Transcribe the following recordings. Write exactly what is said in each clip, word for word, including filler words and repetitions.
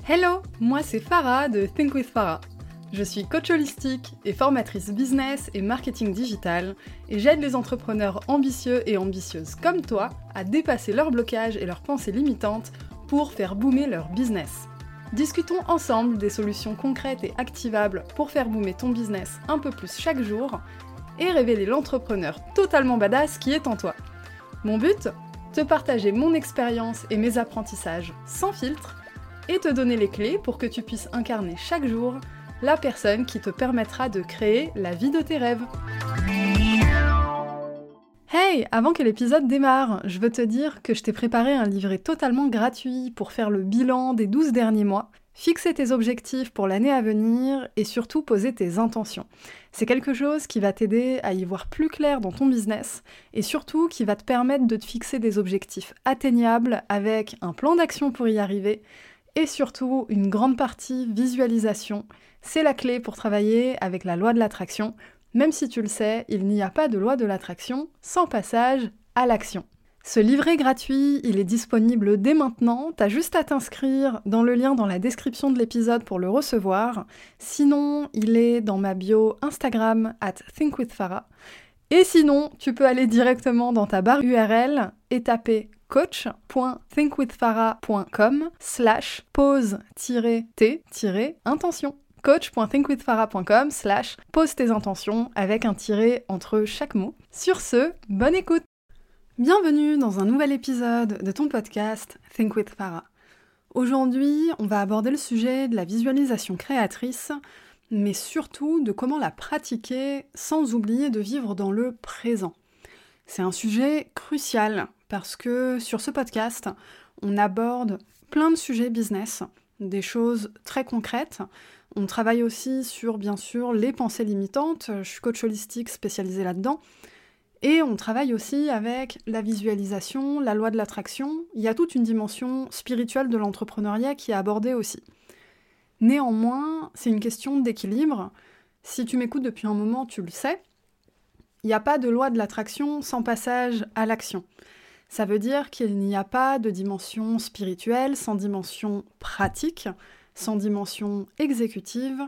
Hello, moi c'est Farah de Think with Farah. Je suis coach holistique et formatrice business et marketing digital et j'aide les entrepreneurs ambitieux et ambitieuses comme toi à dépasser leurs blocages et leurs pensées limitantes pour faire boomer leur business. Discutons ensemble des solutions concrètes et activables pour faire boomer ton business un peu plus chaque jour et révéler l'entrepreneur totalement badass qui est en toi. Mon but ? Te partager mon expérience et mes apprentissages sans filtre et te donner les clés pour que tu puisses incarner chaque jour la personne qui te permettra de créer la vie de tes rêves. Hey, avant que l'épisode démarre, je veux te dire que je t'ai préparé un livret totalement gratuit pour faire le bilan des douze derniers mois, fixer tes objectifs pour l'année à venir et surtout poser tes intentions. C'est quelque chose qui va t'aider à y voir plus clair dans ton business et surtout qui va te permettre de te fixer des objectifs atteignables avec un plan d'action pour y arriver et surtout une grande partie visualisation. C'est la clé pour travailler avec la loi de l'attraction. Même si tu le sais, il n'y a pas de loi de l'attraction sans passage à l'action. Ce livret gratuit, il est disponible dès maintenant, t'as juste à t'inscrire dans le lien dans la description de l'épisode pour le recevoir. Sinon, il est dans ma bio Instagram at thinkwithfarah. Et sinon, tu peux aller directement dans ta barre U R L et taper coach.thinkwithfarah.com slash pose-t-intention. coach.thinkwithfarah.com slash pose tes intentions avec un tiret entre chaque mot. Sur ce, bonne écoute! Bienvenue dans un nouvel épisode de ton podcast Think with Farah. Aujourd'hui, on va aborder le sujet de la visualisation créatrice, mais surtout de comment la pratiquer sans oublier de vivre dans le présent. C'est un sujet crucial parce que sur ce podcast, on aborde plein de sujets business, des choses très concrètes. On travaille aussi sur, bien sûr, les pensées limitantes. Je suis coach holistique spécialisée là-dedans. Et on travaille aussi avec la visualisation, la loi de l'attraction. Il y a toute une dimension spirituelle de l'entrepreneuriat qui est abordée aussi. Néanmoins, c'est une question d'équilibre. Si tu m'écoutes depuis un moment, tu le sais. Il n'y a pas de loi de l'attraction sans passage à l'action. Ça veut dire qu'il n'y a pas de dimension spirituelle sans dimension pratique, sans dimension exécutive.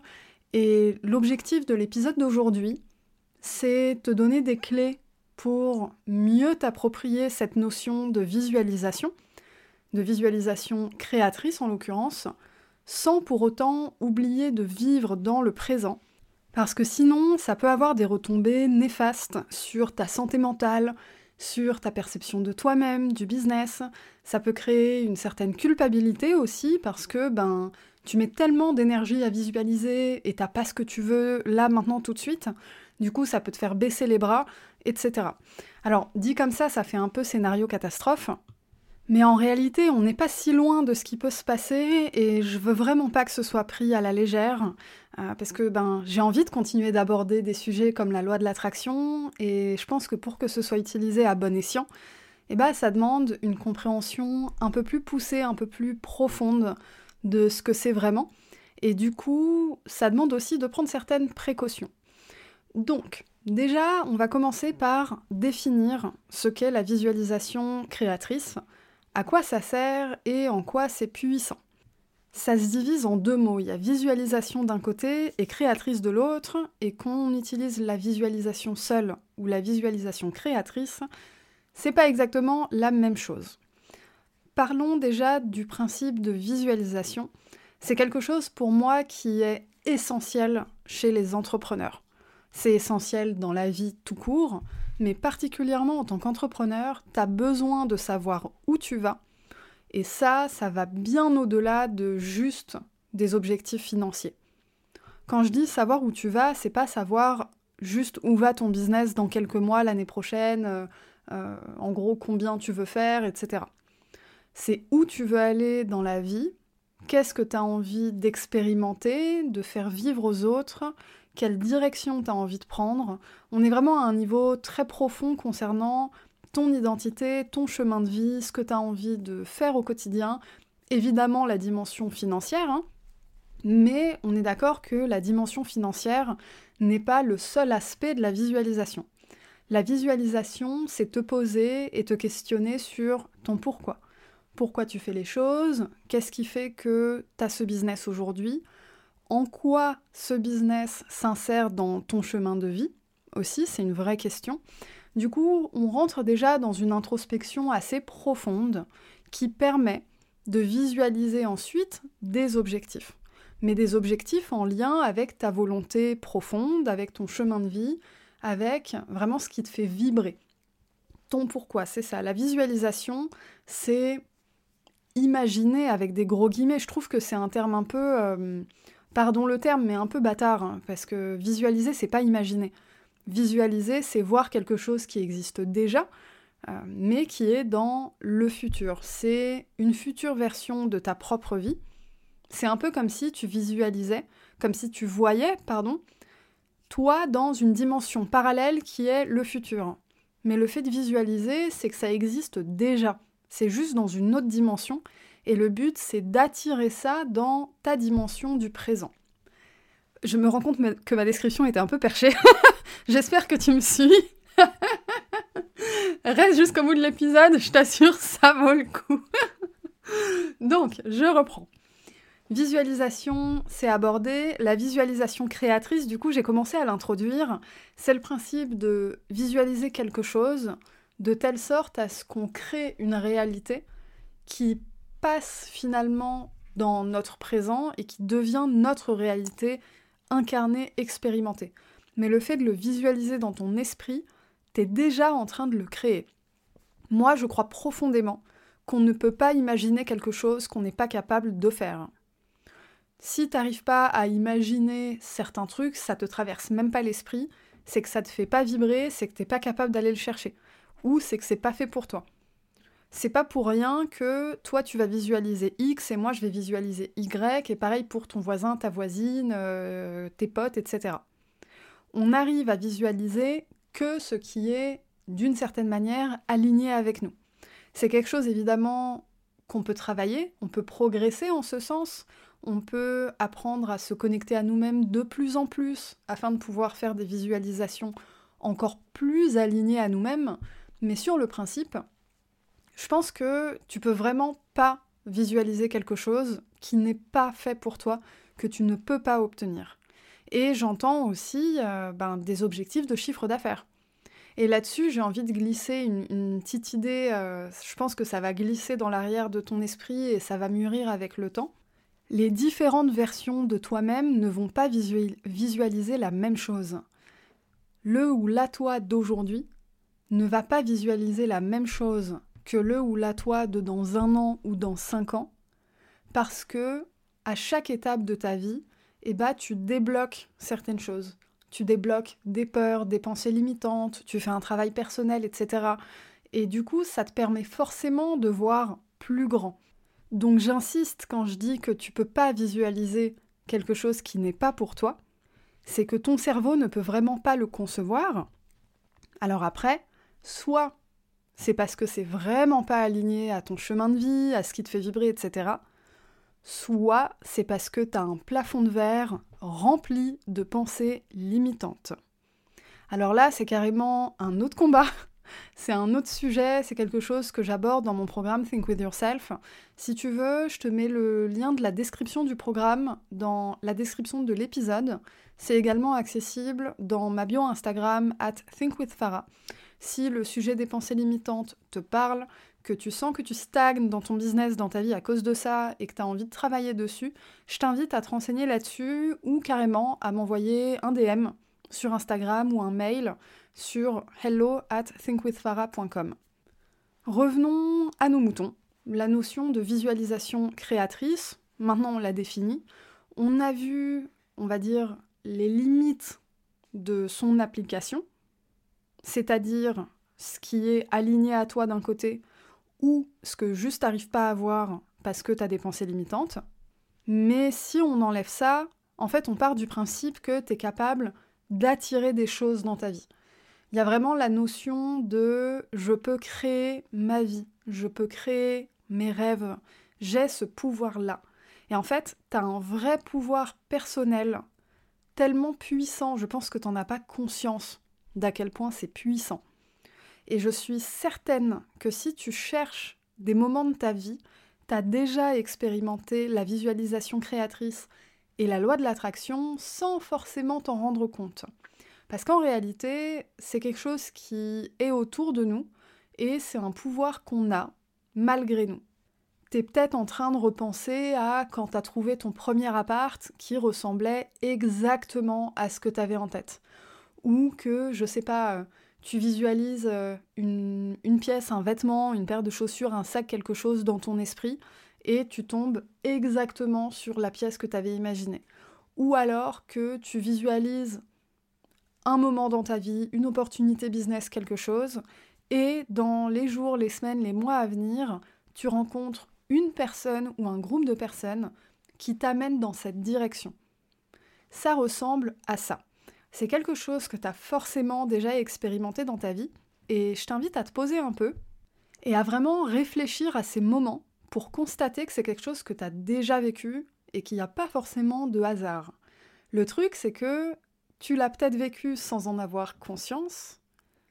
Et l'objectif de l'épisode d'aujourd'hui, c'est te donner des clés pour mieux t'approprier cette notion de visualisation, de visualisation créatrice en l'occurrence, sans pour autant oublier de vivre dans le présent. Parce que sinon, ça peut avoir des retombées néfastes sur ta santé mentale, sur ta perception de toi-même, du business. Ça peut créer une certaine culpabilité aussi parce que ben, tu mets tellement d'énergie à visualiser et t'as pas ce que tu veux là, maintenant, tout de suite. Du coup, ça peut te faire baisser les bras, et cetera. Alors, dit comme ça, ça fait un peu scénario catastrophe. Mais en réalité, on n'est pas si loin de ce qui peut se passer et je veux vraiment pas que ce soit pris à la légère euh, parce que ben, j'ai envie de continuer d'aborder des sujets comme la loi de l'attraction et je pense que pour que ce soit utilisé à bon escient, eh ben, ça demande une compréhension un peu plus poussée, un peu plus profonde de ce que c'est vraiment. Et du coup, ça demande aussi de prendre certaines précautions. Donc, déjà, on va commencer par définir ce qu'est la visualisation créatrice, à quoi ça sert et en quoi c'est puissant. Ça se divise en deux mots, il y a visualisation d'un côté et créatrice de l'autre, et qu'on utilise la visualisation seule ou la visualisation créatrice, c'est pas exactement la même chose. Parlons déjà du principe de visualisation. C'est quelque chose pour moi qui est essentiel chez les entrepreneurs. C'est essentiel dans la vie tout court, mais particulièrement en tant qu'entrepreneur, tu as besoin de savoir où tu vas. Et ça, ça va bien au-delà de juste des objectifs financiers. Quand je dis savoir où tu vas, c'est pas savoir juste où va ton business dans quelques mois, l'année prochaine, euh, euh, en gros combien tu veux faire, et cetera. C'est où tu veux aller dans la vie, qu'est-ce que tu as envie d'expérimenter, de faire vivre aux autres, quelle direction tu as envie de prendre. On est vraiment à un niveau très profond concernant ton identité, ton chemin de vie, ce que tu as envie de faire au quotidien. Évidemment, la dimension financière, hein, mais on est d'accord que la dimension financière n'est pas le seul aspect de la visualisation. La visualisation, c'est te poser et te questionner sur ton pourquoi. pourquoi tu fais les choses, qu'est-ce qui fait que tu as ce business aujourd'hui, en quoi ce business s'insère dans ton chemin de vie aussi, c'est une vraie question. Du coup, on rentre déjà dans une introspection assez profonde qui permet de visualiser ensuite des objectifs. Mais des objectifs en lien avec ta volonté profonde, avec ton chemin de vie, avec vraiment ce qui te fait vibrer. Ton pourquoi, c'est ça. La visualisation, c'est imaginer avec des gros guillemets. Je trouve que c'est un terme un peu, euh, pardon le terme, mais un peu bâtard, hein, parce que visualiser, c'est pas imaginer. Visualiser, c'est voir quelque chose qui existe déjà, euh, mais qui est dans le futur. C'est une future version de ta propre vie. C'est un peu comme si tu visualisais, comme si tu voyais, pardon, toi dans une dimension parallèle qui est le futur. Mais le fait de visualiser, c'est que ça existe déjà. C'est juste dans une autre dimension. Et le but, c'est d'attirer ça dans ta dimension du présent. Je me rends compte que ma description était un peu perchée. J'espère que tu me suis. Reste jusqu'au bout de l'épisode, je t'assure, ça vaut le coup. Donc, je reprends. Visualisation, c'est abordé. La visualisation créatrice, du coup, j'ai commencé à l'introduire. C'est le principe de visualiser quelque chose de telle sorte à ce qu'on crée une réalité qui passe finalement dans notre présent et qui devient notre réalité incarnée, expérimentée. Mais le fait de le visualiser dans ton esprit, t'es déjà en train de le créer. Moi, je crois profondément qu'on ne peut pas imaginer quelque chose qu'on n'est pas capable de faire. Si t'arrives pas à imaginer certains trucs, ça te traverse même pas l'esprit, c'est que ça te fait pas vibrer, c'est que t'es pas capable d'aller le chercher. Ou c'est que c'est pas fait pour toi. C'est pas pour rien que toi tu vas visualiser X et moi je vais visualiser Y, et pareil pour ton voisin, ta voisine, euh, tes potes, et cetera. On arrive à visualiser que ce qui est, d'une certaine manière, aligné avec nous. C'est quelque chose évidemment qu'on peut travailler, on peut progresser en ce sens, on peut apprendre à se connecter à nous-mêmes de plus en plus afin de pouvoir faire des visualisations encore plus alignées à nous-mêmes, mais sur le principe, je pense que tu peux vraiment pas visualiser quelque chose qui n'est pas fait pour toi, que tu ne peux pas obtenir. Et j'entends aussi euh, ben, des objectifs de chiffre d'affaires. Et là-dessus, j'ai envie de glisser une, une petite idée, euh, je pense que ça va glisser dans l'arrière de ton esprit et ça va mûrir avec le temps. Les différentes versions de toi-même ne vont pas visual- visualiser la même chose. Le ou la toi d'aujourd'hui ne va pas visualiser la même chose que le ou la toi de dans un an ou dans cinq ans, parce que à chaque étape de ta vie, eh ben, tu débloques certaines choses. Tu débloques des peurs, des pensées limitantes, tu fais un travail personnel, et cetera. Et du coup, ça te permet forcément de voir plus grand. Donc j'insiste quand je dis que tu peux pas visualiser quelque chose qui n'est pas pour toi, c'est que ton cerveau ne peut vraiment pas le concevoir. Alors après, soit c'est parce que c'est vraiment pas aligné à ton chemin de vie, à ce qui te fait vibrer, et cetera. Soit c'est parce que tu as un plafond de verre rempli de pensées limitantes. Alors là, c'est carrément un autre combat, c'est un autre sujet, c'est quelque chose que j'aborde dans mon programme Think With Yourself. Si tu veux, je te mets le lien de la description du programme dans la description de l'épisode. C'est également accessible dans ma bio Instagram at thinkwithfarah. Si le sujet des pensées limitantes te parle, que tu sens que tu stagnes dans ton business, dans ta vie à cause de ça, et que tu as envie de travailler dessus, je t'invite à te renseigner là-dessus ou carrément à m'envoyer un D M sur Instagram ou un mail sur hello at thinkwithfarah point com. Revenons à nos moutons. La notion de visualisation créatrice, maintenant on l'a définie. On a vu, on va dire, les limites de son application, c'est-à-dire ce qui est aligné à toi d'un côté ou ce que juste t'arrives pas à voir parce que t'as des pensées limitantes. Mais si on enlève ça, en fait on part du principe que t'es capable d'attirer des choses dans ta vie. Il y a vraiment la notion de « je peux créer ma vie, je peux créer mes rêves, j'ai ce pouvoir-là ». Et en fait, t'as un vrai pouvoir personnel tellement puissant, je pense que t'en as pas conscience d'à quel point c'est puissant. Et je suis certaine que si tu cherches des moments de ta vie, tu as déjà expérimenté la visualisation créatrice et la loi de l'attraction sans forcément t'en rendre compte. Parce qu'en réalité, c'est quelque chose qui est autour de nous et c'est un pouvoir qu'on a malgré nous. T'es peut-être en train de repenser à quand t'as trouvé ton premier appart qui ressemblait exactement à ce que t'avais en tête. Ou que, je sais pas, tu visualises une, une pièce, un vêtement, une paire de chaussures, un sac, quelque chose dans ton esprit, et tu tombes exactement sur la pièce que t'avais imaginée. Ou alors que tu visualises un moment dans ta vie, une opportunité business, quelque chose, et dans les jours, les semaines, les mois à venir, tu rencontres une personne ou un groupe de personnes qui t'amènent dans cette direction. Ça ressemble à ça. C'est quelque chose que tu as forcément déjà expérimenté dans ta vie, et je t'invite à te poser un peu et à vraiment réfléchir à ces moments pour constater que c'est quelque chose que tu as déjà vécu et qu'il n'y a pas forcément de hasard. Le truc, c'est que tu l'as peut-être vécu sans en avoir conscience.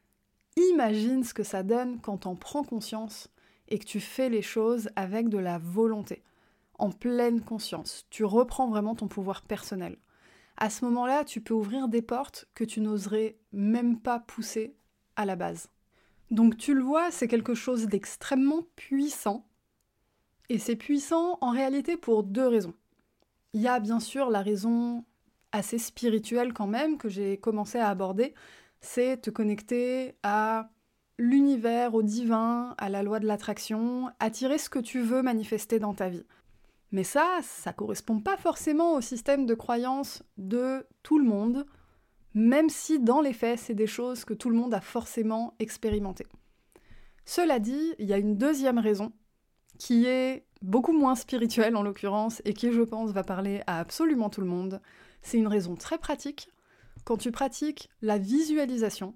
Imagine ce que ça donne quand t'en prends conscience et que tu fais les choses avec de la volonté, en pleine conscience. Tu reprends vraiment ton pouvoir personnel. À ce moment-là, tu peux ouvrir des portes que tu n'oserais même pas pousser à la base. Donc tu le vois, c'est quelque chose d'extrêmement puissant. Et c'est puissant en réalité pour deux raisons. Il y a bien sûr la raison assez spirituelle quand même que j'ai commencé à aborder, c'est te connecter à l'univers, au divin, à la loi de l'attraction, attirer ce que tu veux manifester dans ta vie. Mais ça, ça correspond pas forcément au système de croyance de tout le monde, même si dans les faits, c'est des choses que tout le monde a forcément expérimentées. Cela dit, il y a une deuxième raison, qui est beaucoup moins spirituelle en l'occurrence, et qui, je pense, va parler à absolument tout le monde. C'est une raison très pratique. Quand tu pratiques la visualisation,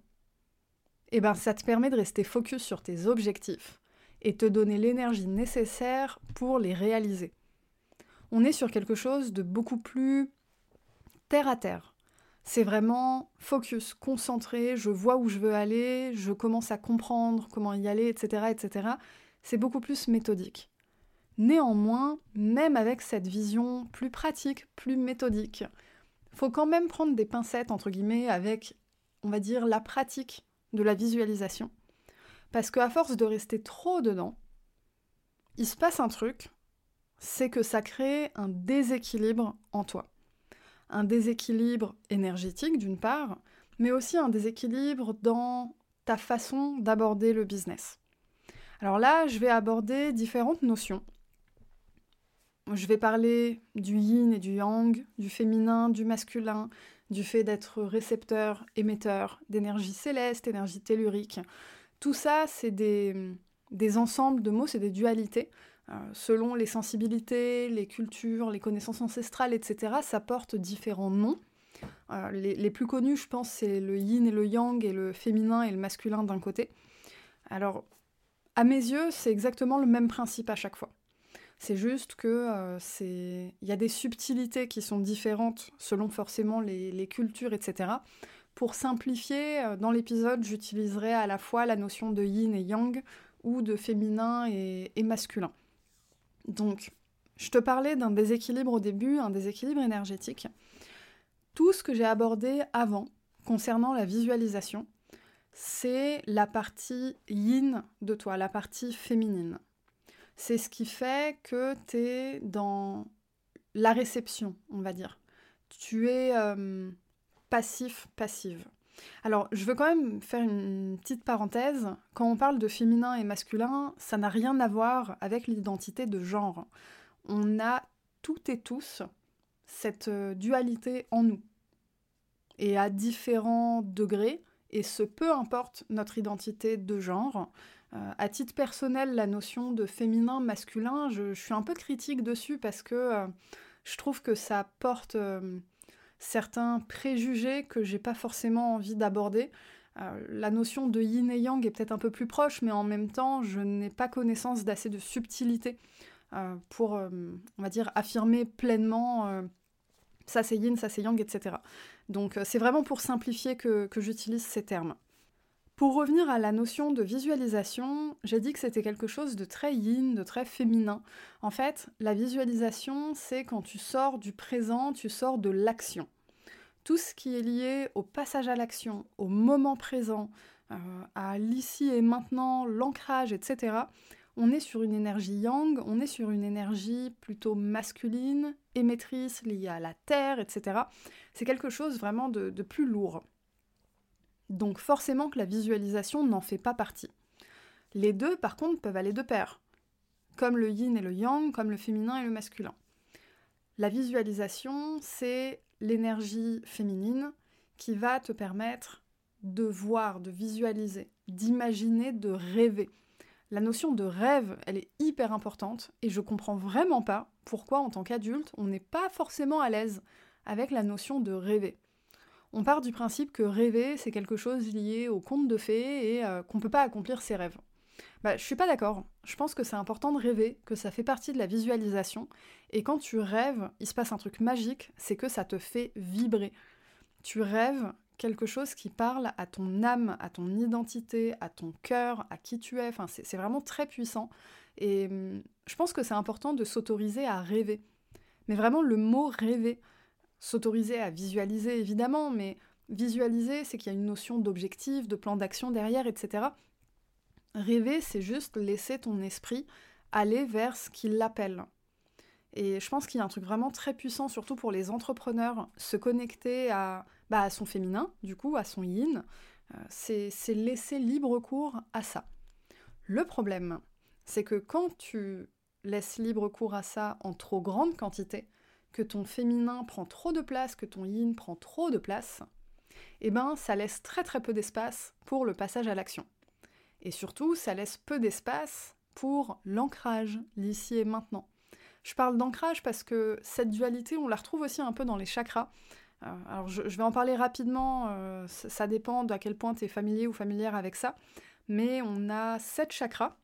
eh ben, ça te permet de rester focus sur tes objectifs et te donner l'énergie nécessaire pour les réaliser. On est sur quelque chose de beaucoup plus terre à terre. C'est vraiment focus, concentré, je vois où je veux aller, je commence à comprendre comment y aller, et cetera, et cetera. C'est beaucoup plus méthodique. Néanmoins, même avec cette vision plus pratique, plus méthodique, faut quand même prendre des pincettes, entre guillemets, avec, on va dire, la pratique de la visualisation. Parce qu'à force de rester trop dedans, il se passe un truc, c'est que ça crée un déséquilibre en toi. Un déséquilibre énergétique, d'une part, mais aussi un déséquilibre dans ta façon d'aborder le business. Alors là, je vais aborder différentes notions. Je vais parler du yin et du yang, du féminin, du masculin, du fait d'être récepteur, émetteur, d'énergie céleste, énergie tellurique. Tout ça, c'est des, des ensembles de mots, c'est des dualités. Euh, selon les sensibilités, les cultures, les connaissances ancestrales, et cetera, ça porte différents noms. Euh, les, les plus connus, je pense, c'est le yin et le yang, et le féminin et le masculin d'un côté. Alors, à mes yeux, c'est exactement le même principe à chaque fois. C'est juste que euh, c'est... il y a des subtilités qui sont différentes selon forcément les, les cultures, et cetera. Pour simplifier, euh, dans l'épisode, j'utiliserai à la fois la notion de yin et yang ou de féminin et, et masculin. Donc, je te parlais d'un déséquilibre au début, un déséquilibre énergétique. Tout ce que j'ai abordé avant, concernant la visualisation, c'est la partie yin de toi, la partie féminine. C'est ce qui fait que tu es dans la réception, on va dire. Tu es euh, passif, passive. Alors, je veux quand même faire une petite parenthèse. Quand on parle de féminin et masculin, ça n'a rien à voir avec l'identité de genre. On a toutes et tous cette dualité en nous. Et à différents degrés, et ce peu importe notre identité de genre. Euh, à titre personnel, la notion de féminin, masculin, je, je suis un peu critique dessus parce que euh, je trouve que ça porte euh, certains préjugés que j'ai pas forcément envie d'aborder. Euh, la notion de yin et yang est peut-être un peu plus proche, mais en même temps, je n'ai pas connaissance d'assez de subtilité euh, pour, euh, on va dire, affirmer pleinement euh, ça c'est yin, ça c'est yang, et cetera. Donc euh, c'est vraiment pour simplifier que, que j'utilise ces termes. Pour revenir à la notion de visualisation, j'ai dit que c'était quelque chose de très yin, de très féminin. En fait, la visualisation, c'est quand tu sors du présent, tu sors de l'action. Tout ce qui est lié au passage à l'action, au moment présent, euh, à l'ici et maintenant, l'ancrage, et cetera, on est sur une énergie yang, on est sur une énergie plutôt masculine, émettrice, liée à la terre, et cetera. C'est quelque chose vraiment de, de plus lourd. Donc forcément que la visualisation n'en fait pas partie. Les deux, par contre, peuvent aller de pair, comme le yin et le yang, comme le féminin et le masculin. La visualisation, c'est l'énergie féminine qui va te permettre de voir, de visualiser, d'imaginer, de rêver. La notion de rêve, elle est hyper importante et je comprends vraiment pas pourquoi, en tant qu'adulte, on n'est pas forcément à l'aise avec la notion de rêver. On part du principe que rêver, c'est quelque chose lié au conte de fées et euh, qu'on peut pas accomplir ses rêves. Bah, je suis pas d'accord. Je pense que c'est important de rêver, que ça fait partie de la visualisation. Et quand tu rêves, il se passe un truc magique, c'est que ça te fait vibrer. Tu rêves quelque chose qui parle à ton âme, à ton identité, à ton cœur, à qui tu es. Enfin, c'est, c'est vraiment très puissant. Et hum, je pense que c'est important de s'autoriser à rêver. Mais vraiment, le mot rêver, s'autoriser à visualiser, évidemment, mais visualiser, c'est qu'il y a une notion d'objectif, de plan d'action derrière, et cetera. Rêver, c'est juste laisser ton esprit aller vers ce qui l'appelle. Et je pense qu'il y a un truc vraiment très puissant, surtout pour les entrepreneurs, se connecter à, bah, à son féminin, du coup, à son yin, euh, c'est, c'est laisser libre cours à ça. Le problème, c'est que quand tu laisses libre cours à ça en trop grande quantité, que ton féminin prend trop de place, que ton yin prend trop de place, eh ben ça laisse très très peu d'espace pour le passage à l'action. Et surtout, ça laisse peu d'espace pour l'ancrage, l'ici et maintenant. Je parle d'ancrage parce que cette dualité, on la retrouve aussi un peu dans les chakras. Euh, alors je, je vais en parler rapidement, euh, ça, ça dépend d'à quel point tu es familier ou familière avec ça, mais on a sept chakras,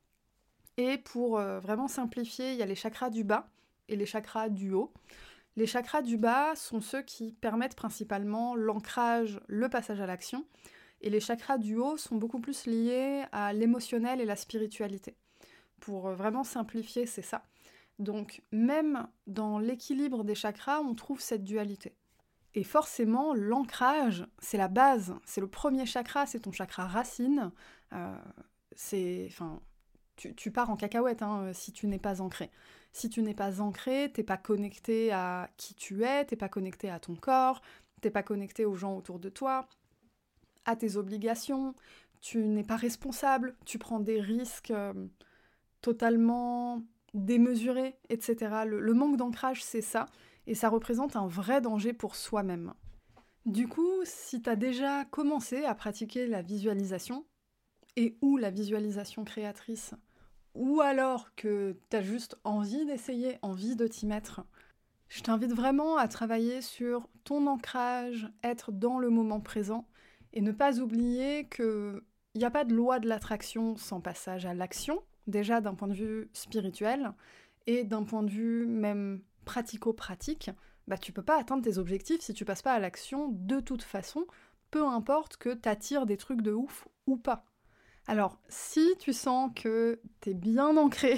et pour euh, vraiment simplifier, il y a les chakras du bas et les chakras du haut. Les chakras du bas sont ceux qui permettent principalement l'ancrage, le passage à l'action, et les chakras du haut sont beaucoup plus liés à l'émotionnel et la spiritualité. Pour vraiment simplifier, c'est ça. Donc même dans l'équilibre des chakras, on trouve cette dualité. Et forcément, l'ancrage, c'est la base, c'est le premier chakra, c'est ton chakra racine. Euh, c'est, enfin, tu, tu pars en cacahuète hein, si tu n'es pas ancré. Si tu n'es pas ancré, t'es pas connecté à qui tu es, t'es pas connecté à ton corps, t'es pas connecté aux gens autour de toi, à tes obligations, tu n'es pas responsable, tu prends des risques euh, totalement démesurés, et cetera. Le, le manque d'ancrage, c'est ça, et ça représente un vrai danger pour soi-même. Du coup, si tu as déjà commencé à pratiquer la visualisation, et ou la visualisation créatrice, ou alors que tu as juste envie d'essayer, envie de t'y mettre, je t'invite vraiment à travailler sur ton ancrage, être dans le moment présent, et ne pas oublier qu'il n'y a pas de loi de l'attraction sans passage à l'action, déjà d'un point de vue spirituel, et d'un point de vue même pratico-pratique, bah tu peux pas atteindre tes objectifs si tu passes pas à l'action de toute façon, peu importe que t'attires des trucs de ouf ou pas. Alors, si tu sens que t'es bien ancré,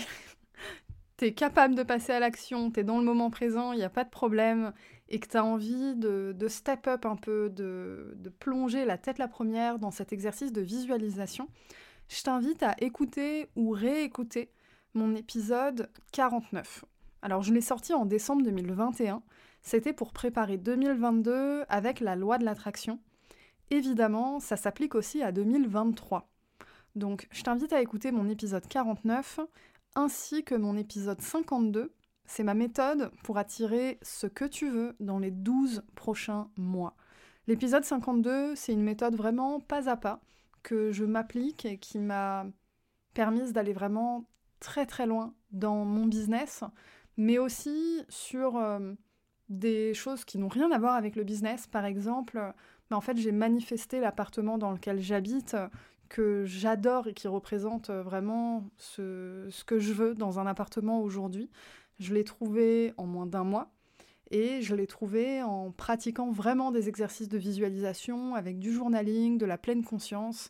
t'es capable de passer à l'action, t'es dans le moment présent, il n'y a pas de problème, et que t'as envie de, de step up un peu, de, de plonger la tête la première dans cet exercice de visualisation, je t'invite à écouter ou réécouter mon épisode quarante-neuf. Alors, je l'ai sorti en décembre deux mille vingt et un, c'était pour préparer deux mille vingt-deux avec la loi de l'attraction. Évidemment, ça s'applique aussi à deux mille vingt-trois. Donc, je t'invite à écouter mon épisode quarante-neuf, ainsi que mon épisode cinquante-deux. C'est ma méthode pour attirer ce que tu veux dans les douze prochains mois. L'épisode cinquante-deux, c'est une méthode vraiment pas à pas que je m'applique et qui m'a permise d'aller vraiment très très loin dans mon business, mais aussi sur euh, des choses qui n'ont rien à voir avec le business. Par exemple, bah en fait, j'ai manifesté l'appartement dans lequel j'habite, que j'adore et qui représente vraiment ce, ce que je veux dans un appartement aujourd'hui. Je l'ai trouvé en moins d'un mois et je l'ai trouvé en pratiquant vraiment des exercices de visualisation avec du journaling, de la pleine conscience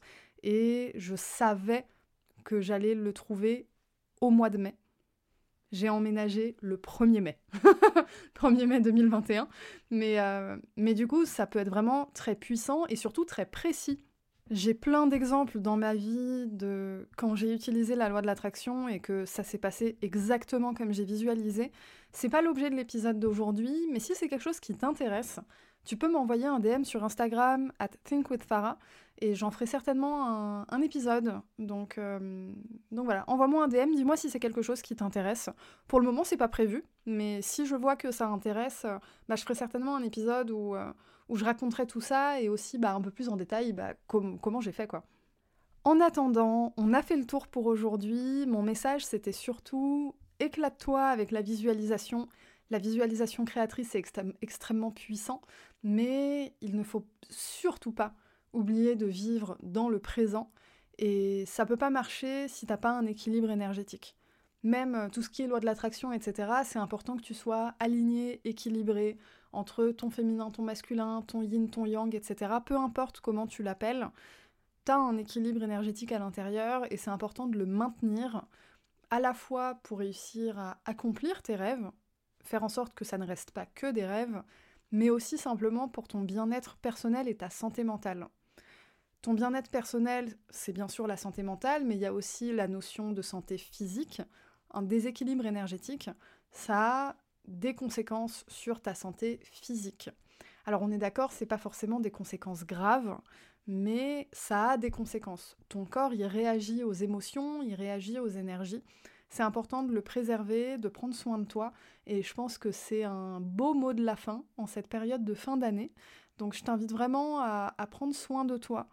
et je savais que j'allais le trouver au mois de mai. J'ai emménagé le premier mai. premier mai deux mille vingt et un. Mais, euh, mais du coup, ça peut être vraiment très puissant et surtout très précis. J'ai plein d'exemples dans ma vie de quand j'ai utilisé la loi de l'attraction et que ça s'est passé exactement comme j'ai visualisé. C'est pas l'objet de l'épisode d'aujourd'hui, mais si c'est quelque chose qui t'intéresse, tu peux m'envoyer un D M sur Instagram at thinkwithfarah et j'en ferai certainement un, un épisode. Donc, euh, donc voilà, envoie-moi un D M, dis-moi si c'est quelque chose qui t'intéresse. Pour le moment, c'est pas prévu, mais si je vois que ça intéresse, bah, je ferai certainement un épisode où, euh, où je raconterai tout ça et aussi bah, un peu plus en détail bah, com- comment j'ai fait, quoi. En attendant, on a fait le tour pour aujourd'hui. Mon message, c'était surtout éclate-toi avec la visualisation. La visualisation créatrice est extrême, extrêmement puissant, mais il ne faut surtout pas oublier de vivre dans le présent. Et ça peut pas marcher si t'as pas un équilibre énergétique. Même tout ce qui est loi de l'attraction, et cetera, c'est important que tu sois aligné, équilibré entre ton féminin, ton masculin, ton yin, ton yang, et cetera. Peu importe comment tu l'appelles, t'as un équilibre énergétique à l'intérieur et c'est important de le maintenir à la fois pour réussir à accomplir tes rêves, faire en sorte que ça ne reste pas que des rêves, mais aussi simplement pour ton bien-être personnel et ta santé mentale. Ton bien-être personnel, c'est bien sûr la santé mentale, mais il y a aussi la notion de santé physique. Un déséquilibre énergétique, ça a des conséquences sur ta santé physique. Alors on est d'accord, c'est pas forcément des conséquences graves, mais ça a des conséquences. Ton corps, il réagit aux émotions, il réagit aux énergies. C'est important de le préserver, de prendre soin de toi, et je pense que c'est un beau mot de la fin, en cette période de fin d'année. Donc je t'invite vraiment à, à prendre soin de toi,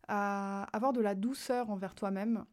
à avoir de la douceur envers toi-même,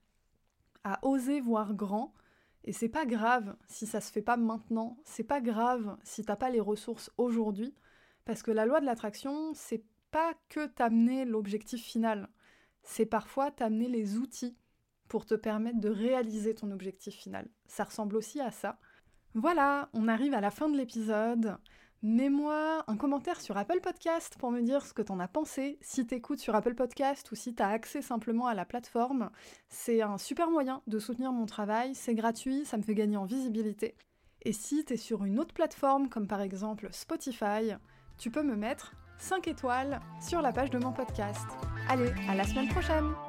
à oser voir grand, et c'est pas grave si ça se fait pas maintenant, c'est pas grave si t'as pas les ressources aujourd'hui, parce que la loi de l'attraction, c'est pas que t'amener l'objectif final, c'est parfois t'amener les outils pour te permettre de réaliser ton objectif final. Ça ressemble aussi à ça. Voilà, on arrive à la fin de l'épisode. Mets-moi un commentaire sur Apple Podcast pour me dire ce que t'en as pensé. Si t'écoutes sur Apple Podcast ou si t'as accès simplement à la plateforme, c'est un super moyen de soutenir mon travail, c'est gratuit, ça me fait gagner en visibilité. Et si t'es sur une autre plateforme, comme par exemple Spotify, tu peux me mettre cinq étoiles sur la page de mon podcast. Allez, à la semaine prochaine!